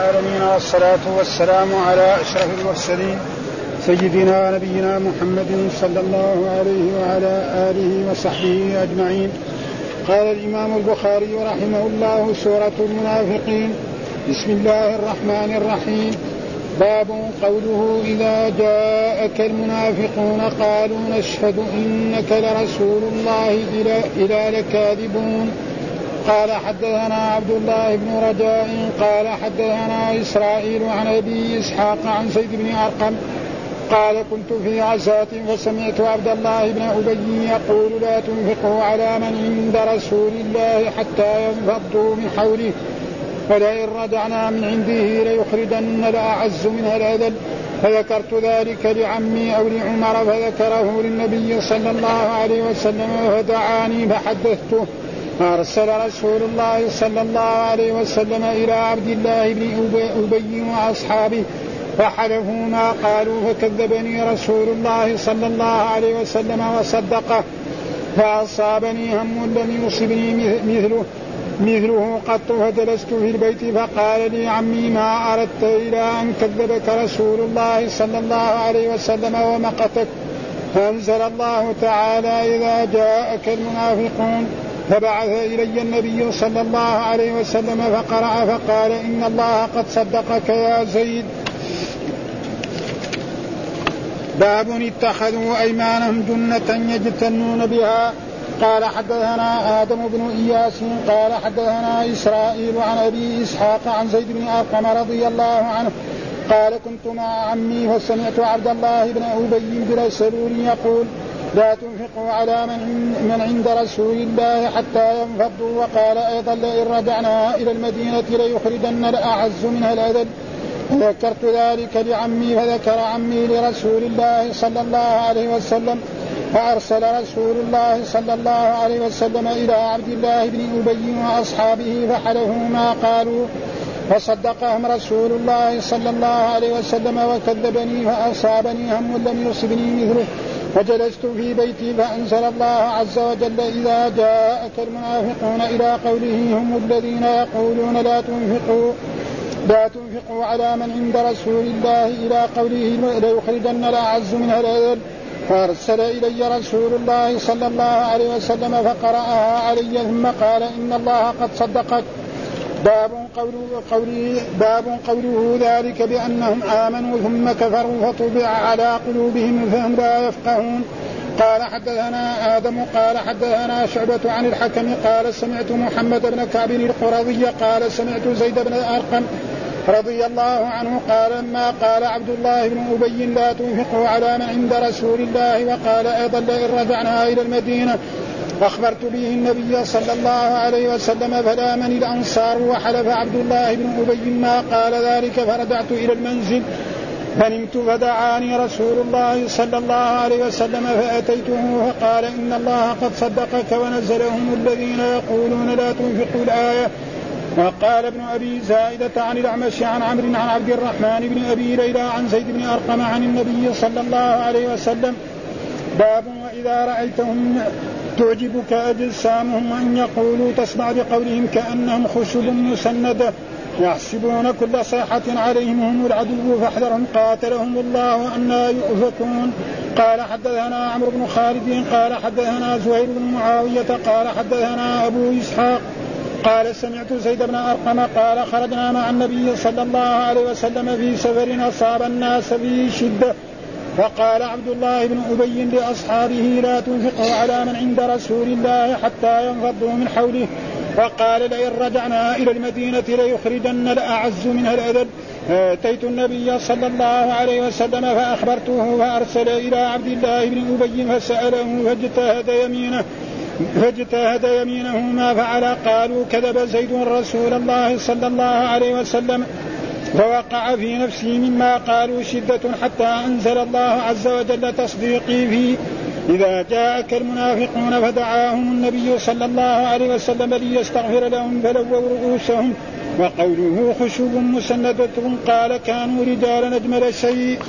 العالمين، والصلاة والسلام على أشرف المرسلين سيدنا نبينا محمد صلى الله عليه وعلى آله وصحبه أجمعين. قال الإمام البخاري رحمه الله: سورة المنافقين. بسم الله الرحمن الرحيم. باب قوله: إذا جاءك المنافقون قالوا نشهد إنك لرسول الله إذا لكاذبون. قال حدثنا عبد الله بن رجاء قال حدثنا إسرائيل عن أبي إسحاق عن زيد بن أرقم قال: كنت في عزاة فسمعت عبد الله بن أبي يقول: لا تنفقوا على من عند رسول الله حتى ينفضوا من حوله، ولئن رجعنا من عنده ليخرجن الأعز منها الأذل. فذكرت ذلك لعمي أو لعمر فذكره للنبي صلى الله عليه وسلم فدعاني فحدثته. فأرسل رسول الله صلى الله عليه وسلم إلى عبد الله بن أبي وأصحابه فحلفوا ما قالوا، فكذبني رسول الله صلى الله عليه وسلم وصدقه، فأصابني هم لم يصبني مثله قط. فجلست في البيت فقال لي عمي: ما أردت إلى أن كذبك رسول الله صلى الله عليه وسلم ومقتك؟ فأنزل الله تعالى: إذا جاءك المنافقون. فبعث إلي النبي صلى الله عليه وسلم فقرأ فقال: إن الله قد صدقك يا زيد. باب اتخذوا أيمانهم جنة يجتنون بها. قال حدثنا آدم بن إياس قال حدثنا إسرائيل عن أبي إسحاق عن زيد بن أرقم رضي الله عنه قال: كنت مع عمي فسمعت عبد الله بن أبي برسول يقول: لا تنفقوا على من عند رسول الله حتى ينفضوا. وقال أيضا: لئن رجعنا إلى المدينة ليخرجن الأعز منها الأذل. فذكرت ذلك لعمي فذكر عمي لرسول الله صلى الله عليه وسلم، فأرسل رسول الله صلى الله عليه وسلم إلى عبد الله بن أبي وأصحابه فحلفوا ما قالوا، فصدقهم رسول الله صلى الله عليه وسلم وكذبني، فأصابني هم لم يصبني مثله. فجلست في بيتي فأنزل الله عز وجل: إذا جاءك المنافقون إلى قوله: هم الذين يقولون لا تنفقوا على من عند رسول الله إلى قوله: ليخرجن الأعز منها الأذل. فأرسل إلي رسول الله صلى الله عليه وسلم فقرأها علي ثم قال: إن الله قد صدقك. باب قوله ذلك بأنهم آمنوا ثم كفروا فطبع على قلوبهم فهم لا يفقهون. قال حدثنا آدم قال حدثنا شعبة عن الحكم قال: سمعت محمد بن كعب القرظي قال: سمعت زيد بن أرقم رضي الله عنه قال: لما قال عبد الله بن أبي: لا تنفقوا على من عند رسول الله، وقال أيضا: لئن رجعنا إلى المدينة، أخبرت به النبي صلى الله عليه وسلم فلامني الأنصار، وحلف عبد الله بن أبي ما قال ذلك. فرجعت إلى المنزل فنمت فدعاني رسول الله صلى الله عليه وسلم فأتيته فقال: إن الله قد صدقك ونزلهم الذين يقولون لا تنفقوا الآية. وقال ابن أبي زائدة عن الأعمش عن عمرو عن عبد الرحمن بن أبي ليلى عن زيد بن أرقم عن النبي صلى الله عليه وسلم: باب وإذا رأيتهم تعجبك أجسامهم وإن يقولوا تسمع بقولهم كأنهم خشب مسندة يحسبون كل صيحة عليهم هم العدو فاحذرهم قاتلهم الله أنى يؤفكون. قال حدثنا عمرو بن خالد قال حدثنا زهير بن معاوية قال حدثنا أبو إسحاق قال: سمعت زيد بن أرقم قال: خرجنا مع النبي صلى الله عليه وسلم في سفر أصاب الناس فيه شدة، فقال عبد الله بن أبي لأصحابه: لا تنفقوا على من عند رسول الله حتى ينفضوا من حوله. وقال: لئن رجعنا إلى المدينة ليخرجن الأعز منها الأذل. أتيت النبي صلى الله عليه وسلم فأخبرته، فأرسل إلى عبد الله بن أبي فسأله فاجتهد يمينه ما فعل. قالوا: كذب زيد رسول الله صلى الله عليه وسلم. فوقع في نفسي مما قالوا شدة حتى أنزل الله عز وجل تصديقي فيه: إذا جاءك المنافقون. فدعاهم النبي صلى الله عليه وسلم ليستغفر لهم فلووا رؤوسهم. وقوله خشوب مسندة قال: كانوا رجال أجمل شيء.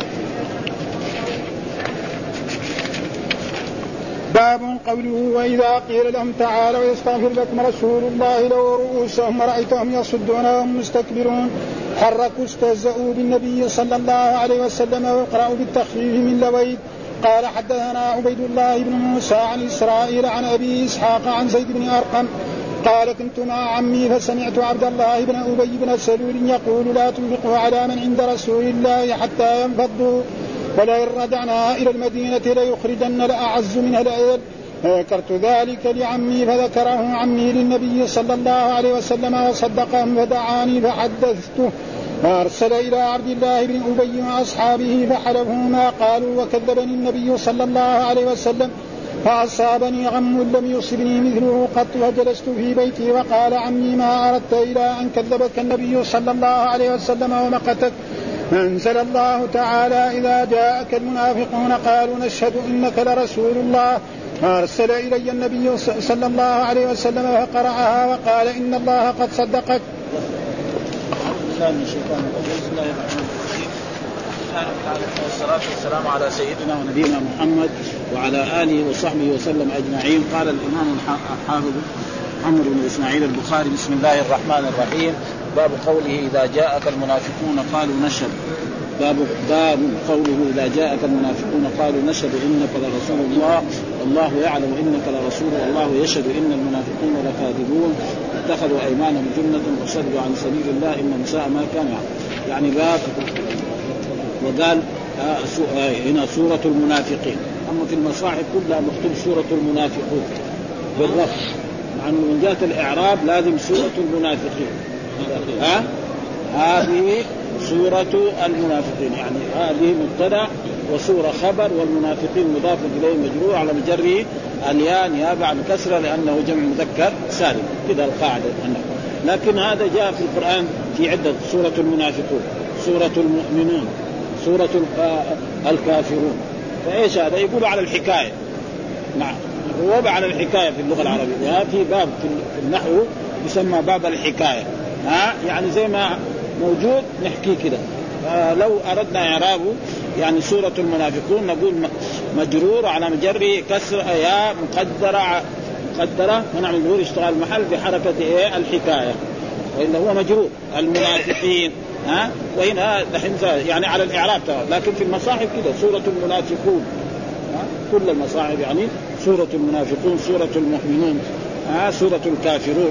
باب قوله: وإذا قيل لهم تعالوا يستغفر لكم رسول الله لو رؤوسهم رأيتهم يصدون وهم مستكبرون. حركوا استهزأوا بالنبي صلى الله عليه وسلم ويقرأوا بالتخفيف من لويد. قال حدثنا عبيد الله بن موسى عن إسرائيل عن أبي إسحاق عن زيد بن أرقم قال كنت مع عمي فسمعت عبد الله بن أبي بن سلول يقول لا تنفقوا على من عند رسول الله حتى ينفضوا ولئن رجعنا إلى المدينة ليخرجن الأعز منها الأذل. فذكرت ذلك لعمي فذكره عمي للنبي صلى الله عليه وسلم وصدقهم فدعاني فحدثته فأرسل إلى عبد الله بن أبي وأصحابه فحلفوا ما قالوا وكذبني النبي صلى الله عليه وسلم فأصابني غم لم يصبني مثله قط وجلست في بيتي وقال عمي ما أردت إلى أن كذبك النبي صلى الله عليه وسلم ومقتك. فأنزل الله تعالى إذا جاءك المنافقون قالوا نشهد إنك لرسول الله. فأرسل إلي النبي صلى الله عليه وسلم فقرأها وقال إن الله قد صدقك. والصلاة والسلام على سيدنا ونبينا محمد وعلى آله وصحبه وسلم أجمعين. قال الإمام الحافظ عمرو بن إسماعيل البخاري بسم الله الرحمن الرحيم. باب قوله إذا جاءك المنافقون قالوا نشهد. باب قوله إذا جاءك المنافقون قالوا نشهد إنك لرسول الله والله يعلم إنك لرسول والله يشهد إن المنافقين لكاذبون اتخذوا أيمانهم جنة وصدوا عن سبيل الله إنهم ساء ما كانوا يعني باب. وقال هنا سورة المنافقين، أما في المصاحف كلها مكتوب سورة المنافقون بالرفع، مع أنه من جهة الإعراب لازم سورة المنافقين. هذه سورة المنافقين يعني هذه مبتدأ وسورة خبر والمنافقين مضاف إليه مجرور على مجره الياء نيابة عن كسرة لأنه جمع مذكر سالم كذا القاعدة. لكن هذا جاء في القرآن في عدة سورة المنافقون سورة المؤمنون سورة الكافرون. فإيش هذا يقول على الحكاية نعم هو على الحكاية في اللغة العربية. وهذه باب في النحو يسمى باب الحكاية يعني زي ما موجود نحكي كده. لو أردنا إعرابه يعني سورة المنافقون نقول مجرور على مجره كسر يا مقدرة ونعمل ظهور اشتغال المحل بحركة الحكاية وإلا هو مجرور المنافقين وهنا دحين يعني على الإعراب لكن في المصاحف كده سورة المنافقون كل المصاحف يعني سورة المنافقون سورة المؤمنون سورة الكافرون.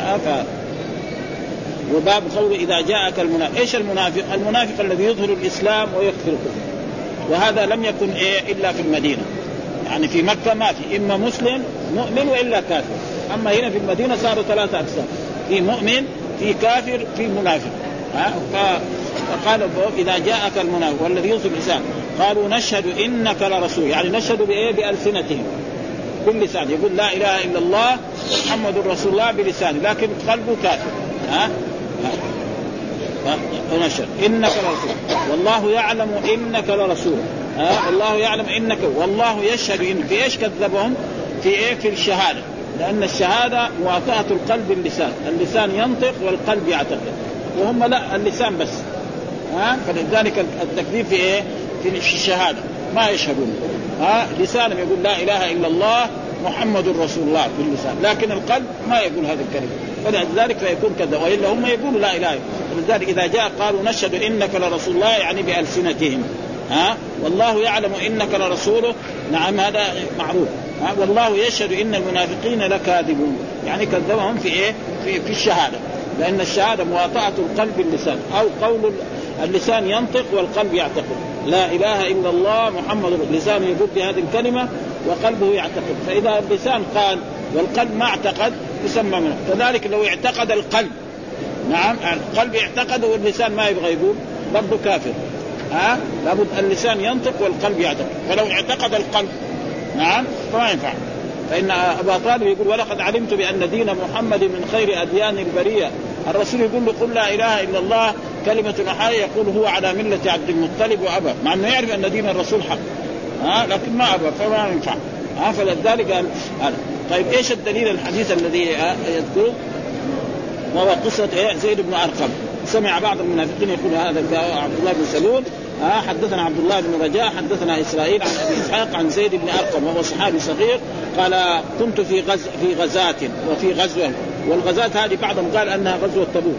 وباب قول إذا جاءك المنافق. إيش المنافق؟ المنافق الذي يظهر الإسلام ويكفر الكفر، وهذا لم يكن إلا في المدينة. يعني في مكة ما في إما مسلم مؤمن وإلا كافر، أما هنا في المدينة صاروا 3 أقسام، في مؤمن في كافر في منافق. فقال إذا جاءك المنافق والذي يظهر الإسلام قالوا نشهد إنك لرسول، يعني نشهد بألسنتهم كل لسان يقول لا إله إلا الله محمد رسول الله بلسانه لكن قلبه كافر. ونشهد إنك لرسول والله يعلم إنك لرسول الله يعلم إنك والله يشهد إن في إيش كذبهم في الشهادة، لأن الشهادة موافقة القلب باللسان، اللسان ينطق والقلب يعتقد وهم لا اللسان بس فلذلك التكذيب في الشهادة ما يشهدون لسانهم يقول لا إله إلا الله محمد رسول الله باللسان لكن القلب ما يقول هذه الكلمة، فلذلك فيكون كذا وإلا هم يقولوا لا إله. ولذلك إذا جاء قالوا نشهد إنك لرسول الله يعني بألسنتهم والله يعلم إنك لرسوله نعم هذا معروف والله يشهد إن المنافقين لكاذبون يعني كذبهم في الشهادة، لأن الشهادة مواطأة القلب باللسان أو قول اللسان ينطق والقلب يعتقد لا إله إلا الله محمد اللسان يقول بهذه الكلمة وقلبه يعتقد، فإذا اللسان قال والقلب ما اعتقد يسمى منه. كذلك لو اعتقد القلب نعم القلب اعتقد واللسان ما يبغى يقول برضو كافر لابد اللسان ينطق والقلب يعتقد. فلو اعتقد القلب نعم فما ينفع. فإن أبا طالب يقول ولقد علمت بأن دين محمد من خير أديان البرية. الرسول يقول له قل لا إله إلا الله كلمة حية يقول هو على ملة عبد المطلب وأبى، مع أنه يعرف أن دين الرسول حق لكن ما أبى فما ينفع فلذلك قال طيب إيش الدليل الحديث الذي يذكره؟ وهو قصة زيد بن أرقم. سمع بعض المنافقين يقول هذا عبد الله بن سلول حدثنا عبد الله بن رجاء حدثنا إسرائيل عن أبي إسحاق عن زيد بن أرقم وهو صحابي صغير قال كنت في غزاة وفي غزوة، والغزاة هذه بعضهم قال أنها غزوة تبوك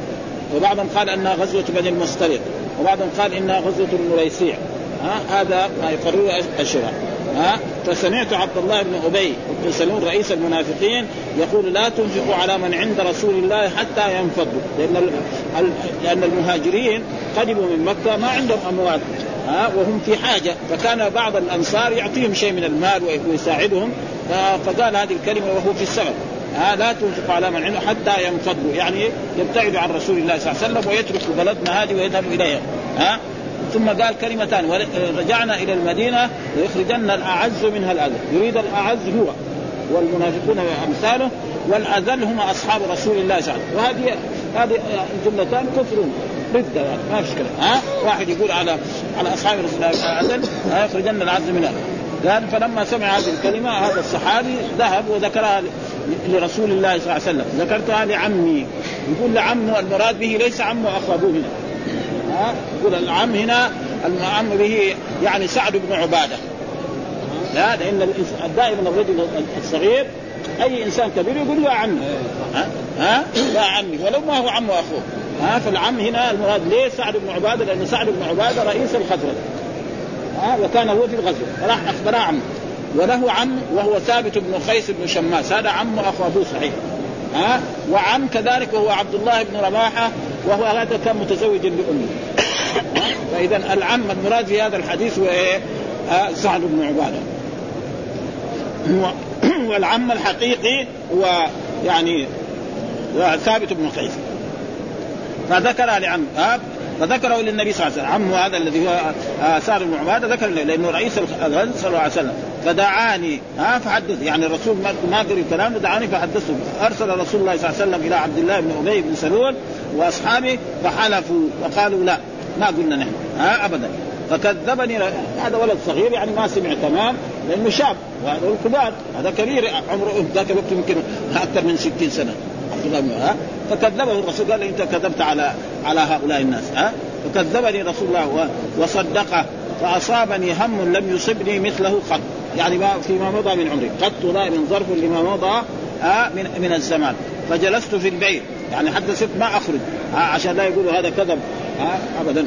وبعضهم قال أنها غزوة بني المصطلق، وبعضهم قال إنها غزوة المريسيع. هذا ما يقرره الشرع. فسمعت عبد الله بن أبي بن سلول رئيس المنافقين يقول لا تنفقوا على من عند رسول الله حتى ينفضوا، لأن المهاجرين قدموا من مكة ما عندهم أموال وهم في حاجة، فكان بعض الأنصار يعطيهم شيء من المال ويساعدهم، فقال هذه الكلمة وهو في السبب لا تنفقوا على من عنده حتى ينفضوا، يعني يبتعدوا عن رسول الله صلى الله عليه وسلم ويتركوا بلدنا هذه ويذهبوا إليها. ثم قال كلمتان: رجعنا إلى المدينة ليخرجن الأعز منها الأذل. يريد الأعز هو والمنافقون وأمثاله، والأذل هم أصحاب رسول الله صلى الله عليه وسلم. هذه الجملتان كفر ردة، ما في كلام. واحد يقول على أصحاب رسول الله الأذل يخرجن الأعز منها. قال فلما سمع هذه الكلمة هذا الصحابي ذهب وذكرها لرسول الله صلى الله عليه وسلم. ذكرتها لعمي. يقول لعمه المراد به ليس عمه أخوه هنا. يقول العم هنا العم به يعني سعد بن عبادة. لا، لأن دائما الرجل الصغير أي إنسان كبير يقول له عمي. لا عمي ولو ما هو عمه أخوه. فالعم هنا المراد ليه سعد بن عبادة، لأن سعد بن عبادة رئيس الخزرج وكان هو في الغزو، فراح أخبره عم. وله عم وهو ثابت بن قيس بن شماس، هذا عم أخو أبوه صحيح. وعم كذلك وهو عبد الله بن رواحة، وهو هذا كان متزوج بأمه. فإذا العم المراد في هذا الحديث هو سعد بن عبادة. والعم الحقيقي هو يعني ثابت بن قيس. فذكر لعم فذكره للنبي صلى الله عليه وسلم. عمه هذا الذي هو سعد بن عبادة ذكر له لأنه رئيس الغزو صلى الله عليه وسلم. فدعاني فحدث، يعني الرسول ما قال الكلام، دعاني فحدثه. أرسل رسول الله صلى الله عليه وسلم إلى عبد الله بن أبي بن سلول وأصحابه فحلفوا وقالوا لا ما قلنا نحن أبدا. فكذبني. هذا ولد صغير يعني ما سمع تمام لأنه شاب، وهذا الكبار هذا كبير عمره ذاك الوقت يمكن أكثر من 60 سنة. فكذبه الرسول قال أنت كذبت على هؤلاء الناس. فكذبني رسول الله وصدقه فأصابني هم لم يصبني مثله قط، يعني فيما مضى من عمري قط لا من ظرف لما مضى من الزمان. فجلست في البيت، يعني حتى صرت ما أخرج عشان لا يقولوا هذا كذب أبدا.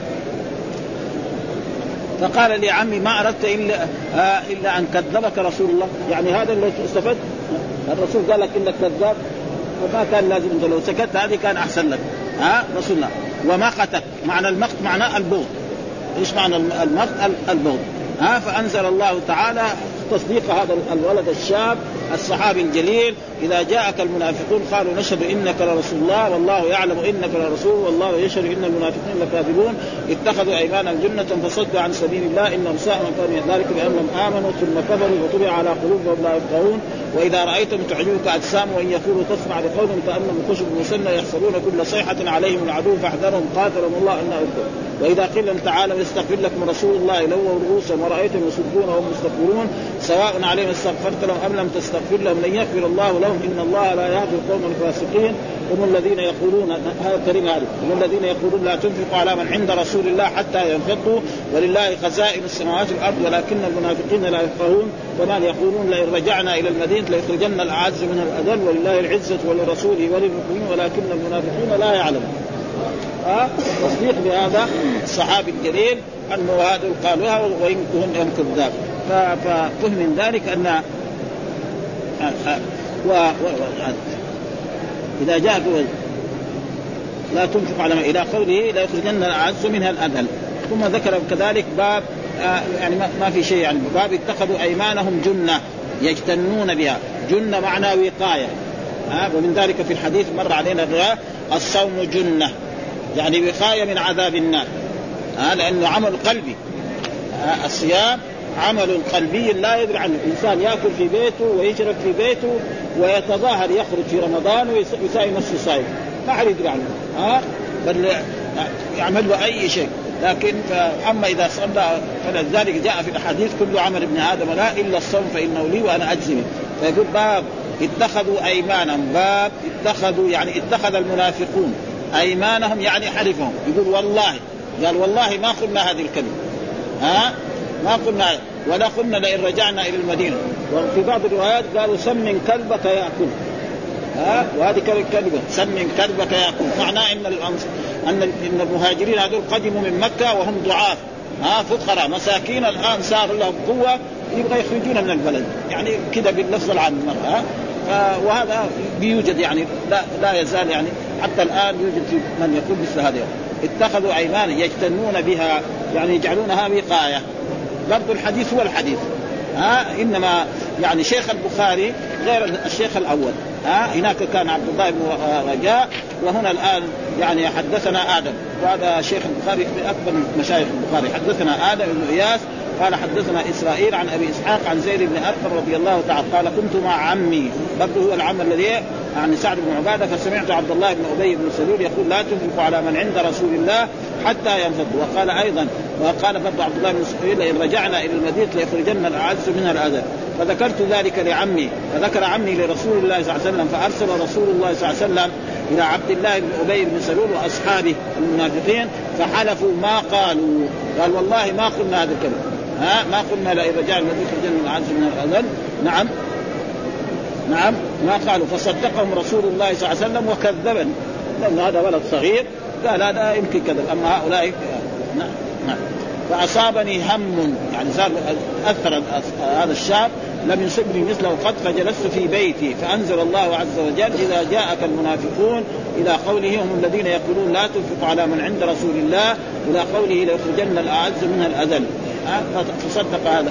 فقال لي عمي ما أردت إلا أن كذبك رسول الله، يعني هذا اللي استفدت. الرسول قال لك إنك كذاب وما كان لازم أنت لو سكت هذه كان أحسن لك. رسول الله ومقتك، معنى المقت معناه البغض. إيش معنى المقت؟ البغض. فأنزل الله تعالى تصديق هذا الولد الشاب الصحابي الجليل: إذا جاءك المنافقون قالوا نشهد إنك لرسول الله والله يعلم إنك لرسول والله يشهد إن المنافقين لكاذبون اتخذوا أيمانهم جنة فصدوا عن سبيل الله إنهم ساء ما كانوا من ذلك بأنهم آمنوا ثم كفروا وطبع على قلوبهم لا يفقهون وإذا رأيتم تعجبك أجسام وإن يقولوا تسمع لقولهم كأنهم خشب مسنة يحسبون كل صيحة عليهم العدو فاحذرهم قاتلهم الله أن أكبر وإذا قيل لهم تعالوا يستغفر لكم رسول الله لووا رؤوسهم ورأيتم يصدون وهم مستكبرون سواء عليهم استغفرت لهم أم لم تستغفر لهم لن يغفر الله لهم إن الله لا يهدي القوم الفاسقين. هم الذين يقولون هذا الكريم هذا هم الذين يقولون لا تنفقوا على من عند رسول الله حتى ينفضوا ولله خزائن السماوات والأرض ولكن المنافقين لا يفقهون وما يقولون لئن رجعنا إلى المدينة ليخرجن الأعز منها الأذل ولله العزة ولرسوله وللمؤمنين ولكن المنافقين لا يعلمون. تصديق بهذا الصحابي الجليل أنه هذا قالوها وهم كذاب. ففهم من ذلك أن إذا جاء لا تنفق على ما إلى قوله لا يخرجن الأعز منها الأذل. ثم ذكر كذلك باب يعني ما في شيء يعني باب اتخذوا أيمانهم جنة يجتنون بها. جنة معنى وقاية. ومن ذلك في الحديث مر علينا الصوم جنة يعني وقاية من عذاب النار. لأنه عمل قلبي. الصيام عمل قلبي لا يدري عنه. الإنسان يأكل في بيته ويشرب في بيته ويتظاهر يخرج في رمضان ويساوي نصف صائم ما حد يدري عنه. بل يعمل له أي شيء. لكن أما إذا صلى فلذلك جاء في الحديث كل عمل ابن آدم لا إلا الصوم فإنه لي وأنا أجزي به. فيقول باب اتخذوا أيمانهم. باب اتخذوا يعني اتخذ المنافقون أيمانهم يعني حلفهم. يقول والله قال والله ما قلنا هذه الكلمة ما قلنا ولا قلنا لئن رجعنا إلى المدينة. وفي بعض الروايات قالوا سمن كلبك يأكل وهذه كذبة سمن كذبك يأكل. معناه أن المهاجرين هذول قدموا من مكة وهم ضعاف فقراء مساكين، الآن صار لهم قوة يبغى يخرجون من البلد، يعني كده باللفظ العام وهذا بيوجد يعني لا يزال يعني حتى الآن يوجد في من يقول مثل هذا. اتخذوا أيمان يجتنون بها يعني يجعلونها وقاية. برضو الحديث هو الحديث إنما يعني شيخ البخاري غير الشيخ الأول. هناك كان عبد الله بن رجاء، وهنا الآن يعني حدثنا آدم، وهذا شيخ البخاري من أكبر مشايخ البخاري. حدثنا آدم بن إياس قال حدثنا إسرائيل عن أبي إسحاق عن زيد بن أرقم رضي الله تعالى قال كنت مع عمي، برضه هو العم الذي عن سعد بن عبادة، فسمعت عبد الله بن أبي بن سلول يقول لا تنفقوا على من عند رسول الله حتى ينفضوا. وقال أيضا وقال برضه عبد الله بن سلول إن رجعنا إلى المدينة ليخرجن الأعز منها الأذى، فذكرت ذلك لعمي، فذكر عمي لرسول الله صلى الله عليه وسلم، فأرسل رسول الله صلى الله عليه وسلم إلى عبد الله بن أبي بن سلول وأصحابه المنافقين فحلفوا ما قالوا، قال والله ما قلنا هذا الكلام، ما قلنا لئن رجعنا المدينة ليخرجن الأعز منها الأذى. نعم ما قالوا، فصدقهم رسول الله صلى الله عليه وسلم وكذبا، لأن هذا ولد صغير قال هذا يمكن كذب، أما هؤلاء نعم. فأصابني هم يعني صار أثر هذا الشاب لم يصبني مثله قط، فجلست في بيتي فأنزل الله عز وجل إذا جاءك المنافقون إلى قوله هم الذين يقولون لا تنفقوا على من عند رسول الله إلى قوله ليخرجن الأعز منها الأذل. فصدق هذا.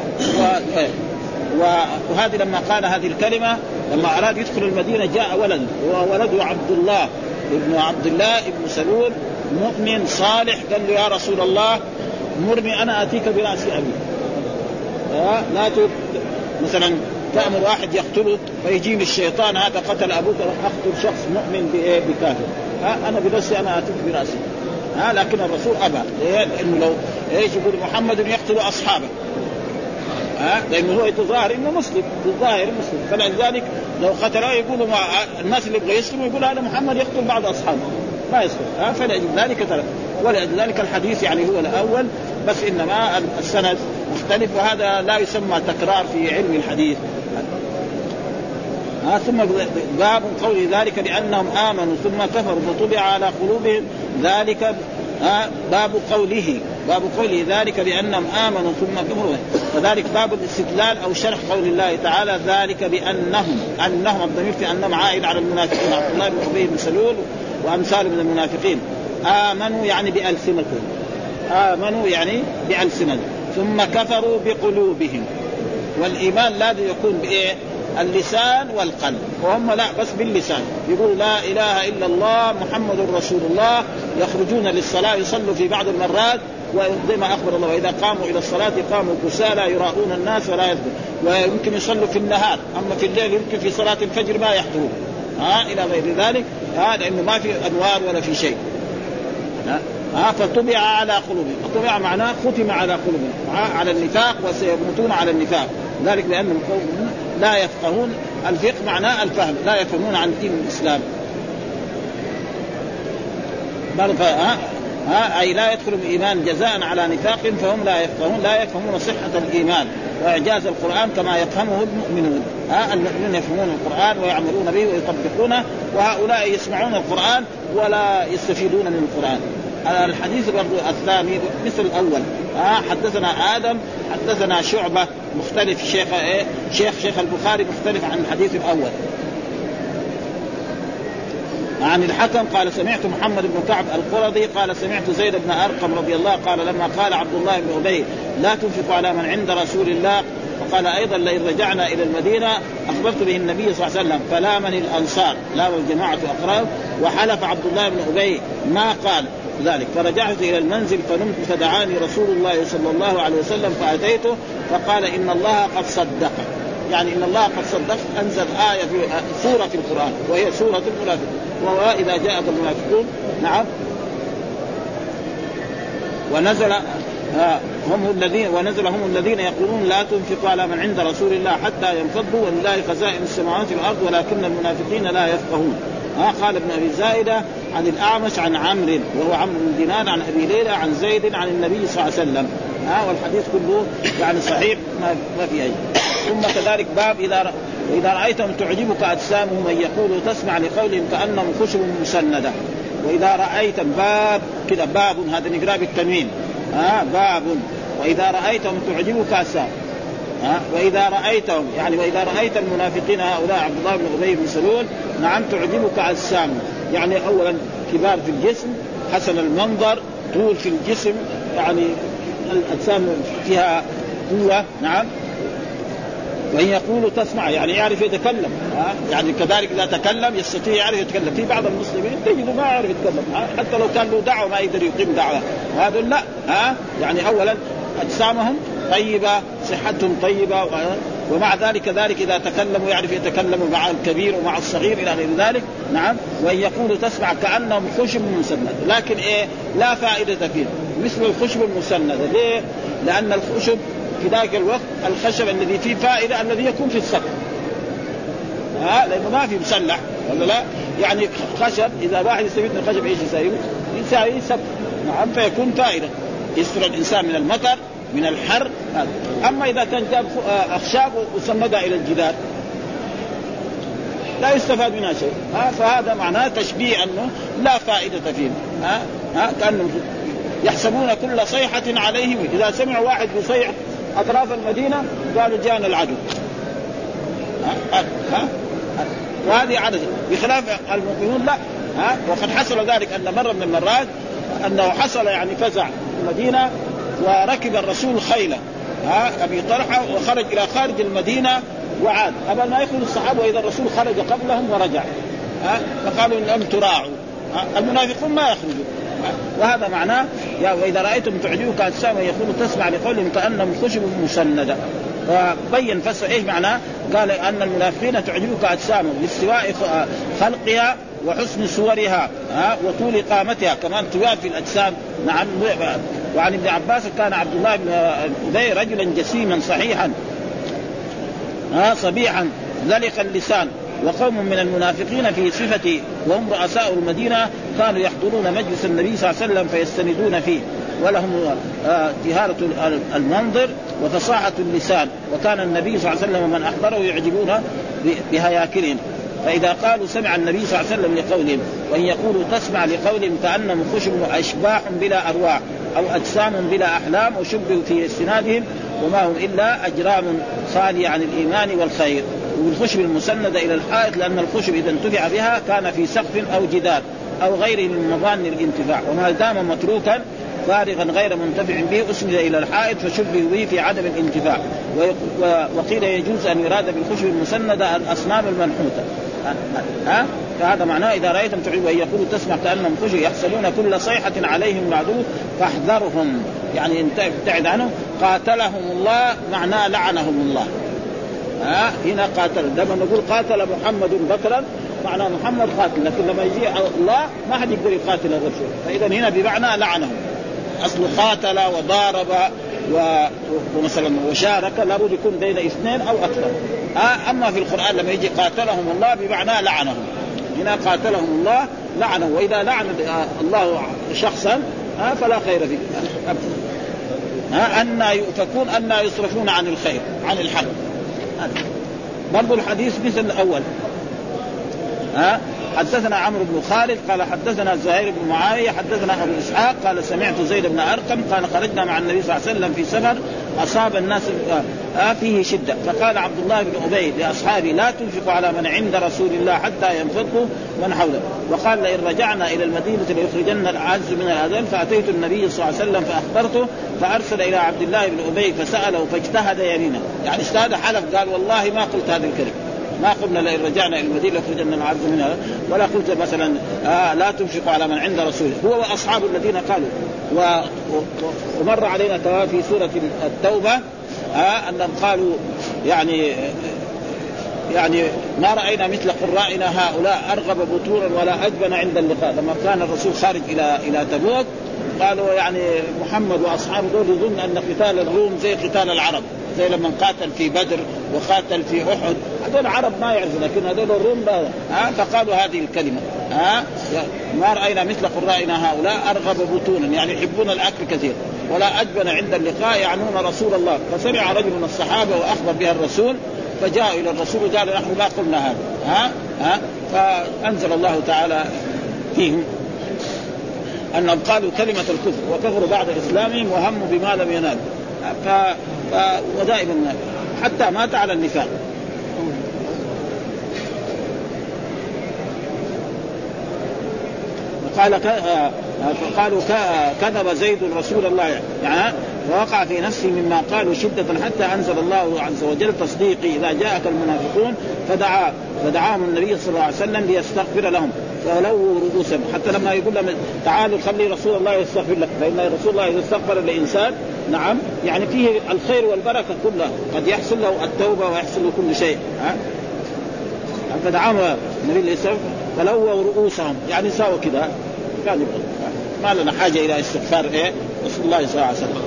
وهذه لما قال هذه الكلمة لما أراد يدخل المدينة جاء ولد، وولده عبد الله ابن سلول مؤمن صالح، قال له يا رسول الله مرني أنا أتيك برأس أبي. لا مثلا تأمر واحد يقتله فيجيني الشيطان هذا قتل أبوك أقتل شخص مؤمن بكافر، أنا بنفسي أنا أتيك برأسي. لكن الرسول أبى، لأنه لو يقول محمد يقتل أصحابه لأنه هو يتظاهر إنه مسلم، بالظاهر مسلم، فلذلك لو قتله يقولوا الناس اللي يبغى يسلموا يقول هذا محمد يقتل بعض أصحابه ما يسلم. فلذلك ترى ولذلك الحديث يعني هو الأول، بس إنما السند مختلف، وهذا لا يسمى تكرار في علم الحديث. ثم باب قول ذلك لأنهم آمنوا ثم كفروا فطبع على قلوبهم ذلك باب قوله ذلك لأنهم آمنوا ثم كفروا، وذلك باب الاستدلال أو شرح قول الله تعالى ذلك بأنهم الضمير في أنهم عائد على المنافقين عبد الله بن أبي بن سلول وأمثال من المنافقين. آمنوا يعني بألسنتهم، ثم كفروا بقلوبهم، والإيمان لازم يكون بإيه؟ اللسان والقلب، وهم لا بس باللسان يقولوا لا إله إلا الله محمد رسول الله، يخرجون للصلاة يصلوا في بعض المرات وزي ما أخبر الله وإذا قاموا إلى الصلاة قاموا كسالى يراؤون الناس ولا يذكرون، ويمكن يصلوا في النهار، أما في الليل يمكن في صلاة الفجر ما يحضرون إلى غير ذلك، لأنه ما في أنوار ولا في شيء. فطبع على قلوبهم، طبع معناه ختم على قلوبهم على النفاق وسيموتون على النفاق، ذلك لأنهم لا يفقهون الفقه معناه الفهم، لا يفهمون عن دين الإسلام. أي لا يدخل الإيمان جزاء على نفاق فهم لا يفهمون صحة الإيمان وإعجاز القرآن كما يفهمه المؤمنون. المؤمنون يفهمون القرآن ويعملون به ويطبقونه، وهؤلاء يسمعون القرآن ولا يستفيدون من القرآن. الحديث برضو الثاني مثل الأول. حدثنا آدم حدثنا شعبة مختلف، شيخ البخاري مختلف عن الحديث الأول. عن الحكم قال سمعت محمد بن كعب القرظي قال سمعت زيد بن أرقم رضي الله قال لما قال عبد الله بن أبي لا تنفق على من عند رسول الله، وقال أيضا لئن رجعنا إلى المدينة أخبرت به النبي صلى الله عليه وسلم فلامني الأنصار لا والجماعة أقرب، وحلف عبد الله بن أبي ما قال ذلك، فرجعت إلى المنزل فنمت فدعاني رسول الله صلى الله عليه وسلم فأتيته فقال إن الله قد صدق، يعني إن الله قد صدق، أنزل آية في سورة في القرآن وهي سورة المنافقون، وإذا جاءك المنافقون نعم ونزل هم الذين يقولون لا تنفقوا على من عند رسول الله حتى ينفضوا ولله خزائن السماوات والأرض ولكن المنافقين لا يفقهون. قال ابن أبي زائدة عن الأعمش عن عمرو وهو عمرو بن دينار عن أبي ليلى عن زيد عن النبي صلى الله عليه وسلم. والحديث كله يعني صحيح ما في أي. ثم كذلك باب وإذا رأيتهم تعجبك أجسامهم من يقولوا تسمع لقولهم كأنهم خشب مسندة. وإذا رأيتم باب كذا باب هذا نقرأ بالتنوين باب. وإذا رأيتهم تعجبك أجسامهم وإذا رأيتهم يعني وإذا رأيت المنافقين هؤلاء عبد الله بن أبي بن سلول نعم تعجبك أجسامهم يعني أولا كبار في الجسم حسن المنظر طول في الجسم يعني الأجسام فيها قوة نعم. وإن يقولوا تسمع يعني يعرف يتكلم يعني كذلك إذا تكلم يستطيع يعرف يتكلم. في بعض المسلمين تجد ما يعرف يتكلم حتى لو كان له دعوة ما يقدر يقيم دعوة وهذا لا يعني أولا أجسامهم طيبة صحتهم طيبة ومع ذلك إذا تكلموا يعرف يتكلم مع الكبير ومع الصغير إلى غير ذلك نعم. وإن يقولوا تسمع كأنهم خشب مسند لكن لا فائدة فيه مثل الخشب المسند. ليه؟ لأن الخشب في ذاك الوقت الخشب الذي فيه فائدة الذي يكون في السقف لأنه ما في مسلح ولا لا يعني خشب إذا واحد يستفيد من الخشب إيش يساوي سقف نعم فيكون فائدة يستر الإنسان من المطر من الحر. أما إذا كان جاب أخشاب وسندها إلى الجدار لا يستفاد منها شيء فهذا معناه تشبيه أنه لا فائدة فيه كأنهم يحسبون كل صيحة عليهم إذا سمعوا واحد يصيح أطراف المدينة قالوا جاءنا العدو وهذه عدد بخلاف المؤمنون لا وقد حصل ذلك أن مرة من المرات أنه حصل يعني فزع المدينة وركب الرسول خيله أبي طلحة وخرج إلى خارج المدينة وعاد قبل ما يخرج الصحابة وإذا الرسول خرج قبلهم ورجع فقالوا إن لم تراعوا المنافقون ما يخرجوا وهذا معناه وإذا رأيتم تعجبك أجسامهم يقولوا تسمع لقولهم كأنهم خشب مسندة. وبين فسر إيش معناه قال أن المنافقين تعجبك أجسامهم لاستواء خلقها وحسن صورها وطول قامتها كمان طوال في الأجسام نعم. وعن ابن عباس كان عبد الله بن أبي رجلا جسيما صحيحا صبيحا ذلك اللسان. وقوم من المنافقين في صفته وهم رؤساء المدينة كانوا يحضرون مجلس النبي صلى الله عليه وسلم فيستندون فيه ولهم طهارة المنظر وفصاحة اللسان وكان النبي صلى الله عليه وسلم من أحضره يعجبون بهياكلهم. فإذا قالوا سمع النبي صلى الله عليه وسلم لقولهم وإن يقولوا تسمع لقولهم كأنهم خشب أشباح بلا أرواح أو أجسام بلا أحلام وشبهوا في استنادهم وما هم إلا أجرام خالية عن الإيمان والخير. والخشب المسندة إلى الحائط لأن الخشب إذا انتفع بها كان في سقف أو جدار أو غيره من مظان الانتفاع وما دام متروكا فارغا غير منتفع به أسند إلى الحائط فشبه به في عدم الانتفاع. وقيل يجوز أن يراد بالخشب المسندة الأصنام المنحوتة فهذا معناه إذا رأيتم تعجبوا وإن يقولوا تسمع كأنهم خشب يحسبون كل صيحة عليهم العدو فاحذرهم يعني ابتعد عنهم. قاتلهم الله معناه لعنهم الله هنا قاتل. لما نقول قاتل محمد بكرا معناه محمد قاتل لكن لما يجي الله ما حد يقدر يقاتل الرسول فإذا هنا بمعنى لعنهم. أصل قاتل وضارب ومثلا وشارك لابد يكون بين اثنين أو أكثر. أما في القرآن لما يجي قاتلهم الله بمعنى لعنهم هنا قاتلهم الله لعنه. وإذا لعن الله شخصا فلا خير فيه أن يؤفكون أن يصرفون عن الخير عن الحق. برضو الحديث مثل الأول حدثنا عمرو بن خالد قال حدثنا زهير بن معاوية حدثنا أبو إسحاق قال سمعت زيد بن أرقم قال خرجنا مع النبي صلى الله عليه وسلم في سفر أصاب الناس فيه شدة فقال عبد الله بن أبي لأصحابه لا تنفقوا على من عند رسول الله حتى ينفقوا من حوله. وقال لئن رجعنا إلى المدينة ليخرجن الأعز من الأذل. فأتيت النبي صلى الله عليه وسلم فأخبرته فأرسل إلى عبد الله بن أبي فسأله فاجتهد يمينه يعني اجتهد حلف قال والله ما قلت هذه الكلمة ما قلنا لئن رجعنا إلى المدينة ليخرجن الأعز منها ولا قلت مثلا لا تنفقوا على من عند رسوله هو وأصحاب الذين قالوا. ومر علينا في سورة التوبة أنهم قالوا يعني ما رأينا مثل قرائنا هؤلاء أرغب بطورا ولا أجبن عند اللقاء. لما كان الرسول خارج إلى تبوك قالوا يعني محمد وأصحابه دول يظن أن قتال الروم زي قتال العرب زي لما قاتل في بدر وقاتل في أحد هذول العرب ما يعرفوا لكن هذول الروم فقالوا هذه الكلمة ما رأينا مثل قرائنا هؤلاء أرغب بطونا يعني يحبون الأكل كثير ولا أجبن عند اللقاء يعنون رسول الله. فسمع رجل من الصحابة وأخبر بها الرسول فجاءوا إلى الرسول وقالوا نحن ما قلنا هذا فأنزل الله تعالى فيهم أنهم قالوا كلمة الكفر وكفروا بعد إسلامهم وهموا بما لم ينال ودائما حتى مات على النفاق. قالوا كذب زيد رسول الله يعني ووقع في نفسه مما قالوا شدة حتى أنزل الله عز وجل تصديقي إذا جاءك المنافقون فدعاهم النبي صلى الله عليه وسلم ليستغفر لهم فلو رؤوسهم حتى لما يقول لهم تعالوا خلي رسول الله يستغفر لك فإن رسول الله إذا استغفر لإنسان نعم يعني فيه الخير والبركة كلها قد يحصل له التوبة ويحصل له كل شيء فدعاهم النبي ليستغفر فلو رؤوسهم يعني ساووا كذا كان ما لنا حاجة إلى استغفار رسول الله صلى الله عليه وسلم.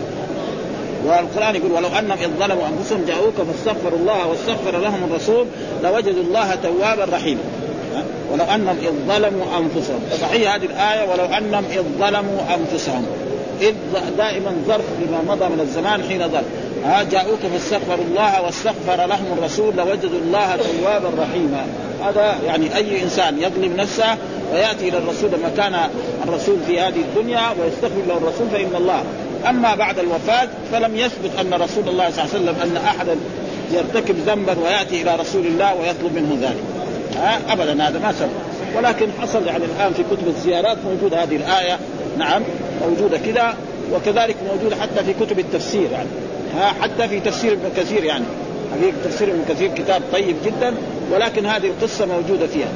والقرآن يقول ولو أنهم إذ ظلموا أنفسهم جاءوك فاستغفروا الله واستغفر لهم الرسول لوجدوا الله توابا رحيما. ولو أنهم إذ ظلموا أنفسهم صحيح هذه الآية ولو أنهم إذ ظلموا أنفسهم إذ دائما ظرف لما مضى من الزمان حين ظلم جاءوك فاستغفروا الله واستغفر لهم الرسول لوجدوا الله توابا رحيما. هذا يعني أي إنسان يظلم نفسه ويأتي إلى الرسول لما كان الرسول في هذه الدنيا ويستغفر له الرسول فإن الله أما بعد الوفاة فلم يثبت أن رسول الله صلى الله عليه وسلم أن أحدا يرتكب ذنبا ويأتي إلى رسول الله ويطلب منه ذلك أبدا هذا ما سبب. ولكن حصل يعني الآن في كتب الزيارات موجودة هذه الآية نعم موجودة كذا وكذلك موجودة حتى في كتب التفسير يعني حتى في تفسير ابن كثير يعني حقيقة تفسير ابن كثير كتاب طيب جدا ولكن هذه القصة موجودة فيها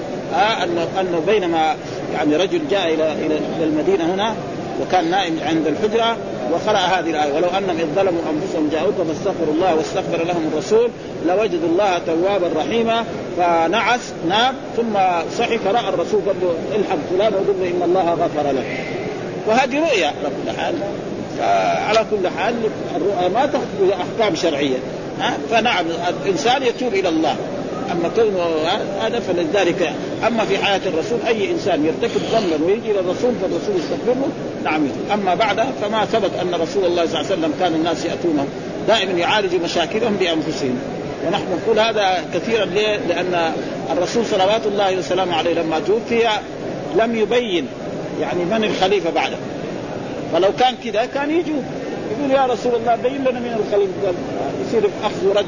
أنه بينما يعني رجل جاء إلى المدينة هنا وكان نائم عند الحجرة وقرأ هذه الآية ولو أنهم إذ ظلموا أنفسهم جاءوك فاستغفروا الله واستغفر لهم الرسول لوجدوا الله توابا رحيما فنعس نام ثم صحي فرأى الرسول قال له الحق فلان وقال له إن الله غفر له. وهذه رؤيا على كل حال على كل حال الرؤيا ما تأخذ أحكام شرعية فنعم الإنسان يتوب إلى الله أما كونه هذا فلذلك. أما في حياة الرسول أي إنسان يرتكب ذنبا ويجي إلى الرسول فالرسول يستغفر له نعم يتوب. أما بعد فما ثبت أن رسول الله صلى الله عليه وسلم كان الناس يأتونه دائما يعالجوا مشاكلهم بأنفسهم ونحن نقول هذا كثيرا ليه؟ لأن الرسول صلوات الله وسلامه عليه لما توفي لم يبين يعني من الخليفة بعده فلو كان كذا كان يقول يا رسول الله بين لنا من الخليفة يصير أخذ ورد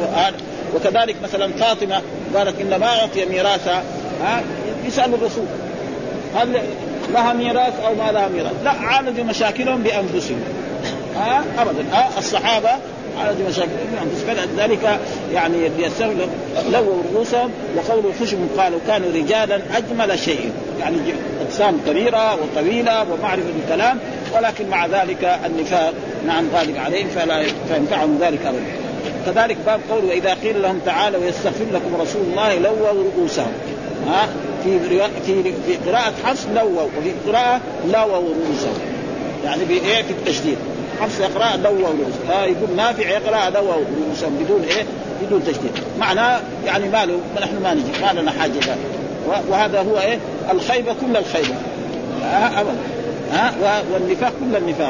وكذلك مثلا فاطمة قالت إن ما أعطي ميراثها يسأل الرسول هل لها ميراث أو ما لها ميراث لا عالجوا مشاكلهم بأنفسهم أبدا الصحابة عالجوا مشاكلهم بأنفسهم ذلك يعني يستغلوا لو رؤوسهم وقولوا خشم قالوا كانوا رجالا أجمل شيء يعني أجسام كبيرة وطويلة ومعرفة الكلام ولكن مع ذلك النفاق نعم غالب عليهم فلا ينفعهم ذلك أبدا. كذلك باب قول وإذا قيل لهم تعالوا ويستغفر لكم رسول الله لووا رؤوسهم في قراءة حفص لووا وفي قراءة لووا رؤوسهم يعني في التشديد حفص يقرأ لووا رؤوسهم يقول نافع يقرأ لووا رؤوسهم بدون تشديد معناه يعني ماله نحن ما نجي ما لنا حاجة ذلك وهذا هو الخيبة كل الخيبة والنفاق كل النفاق.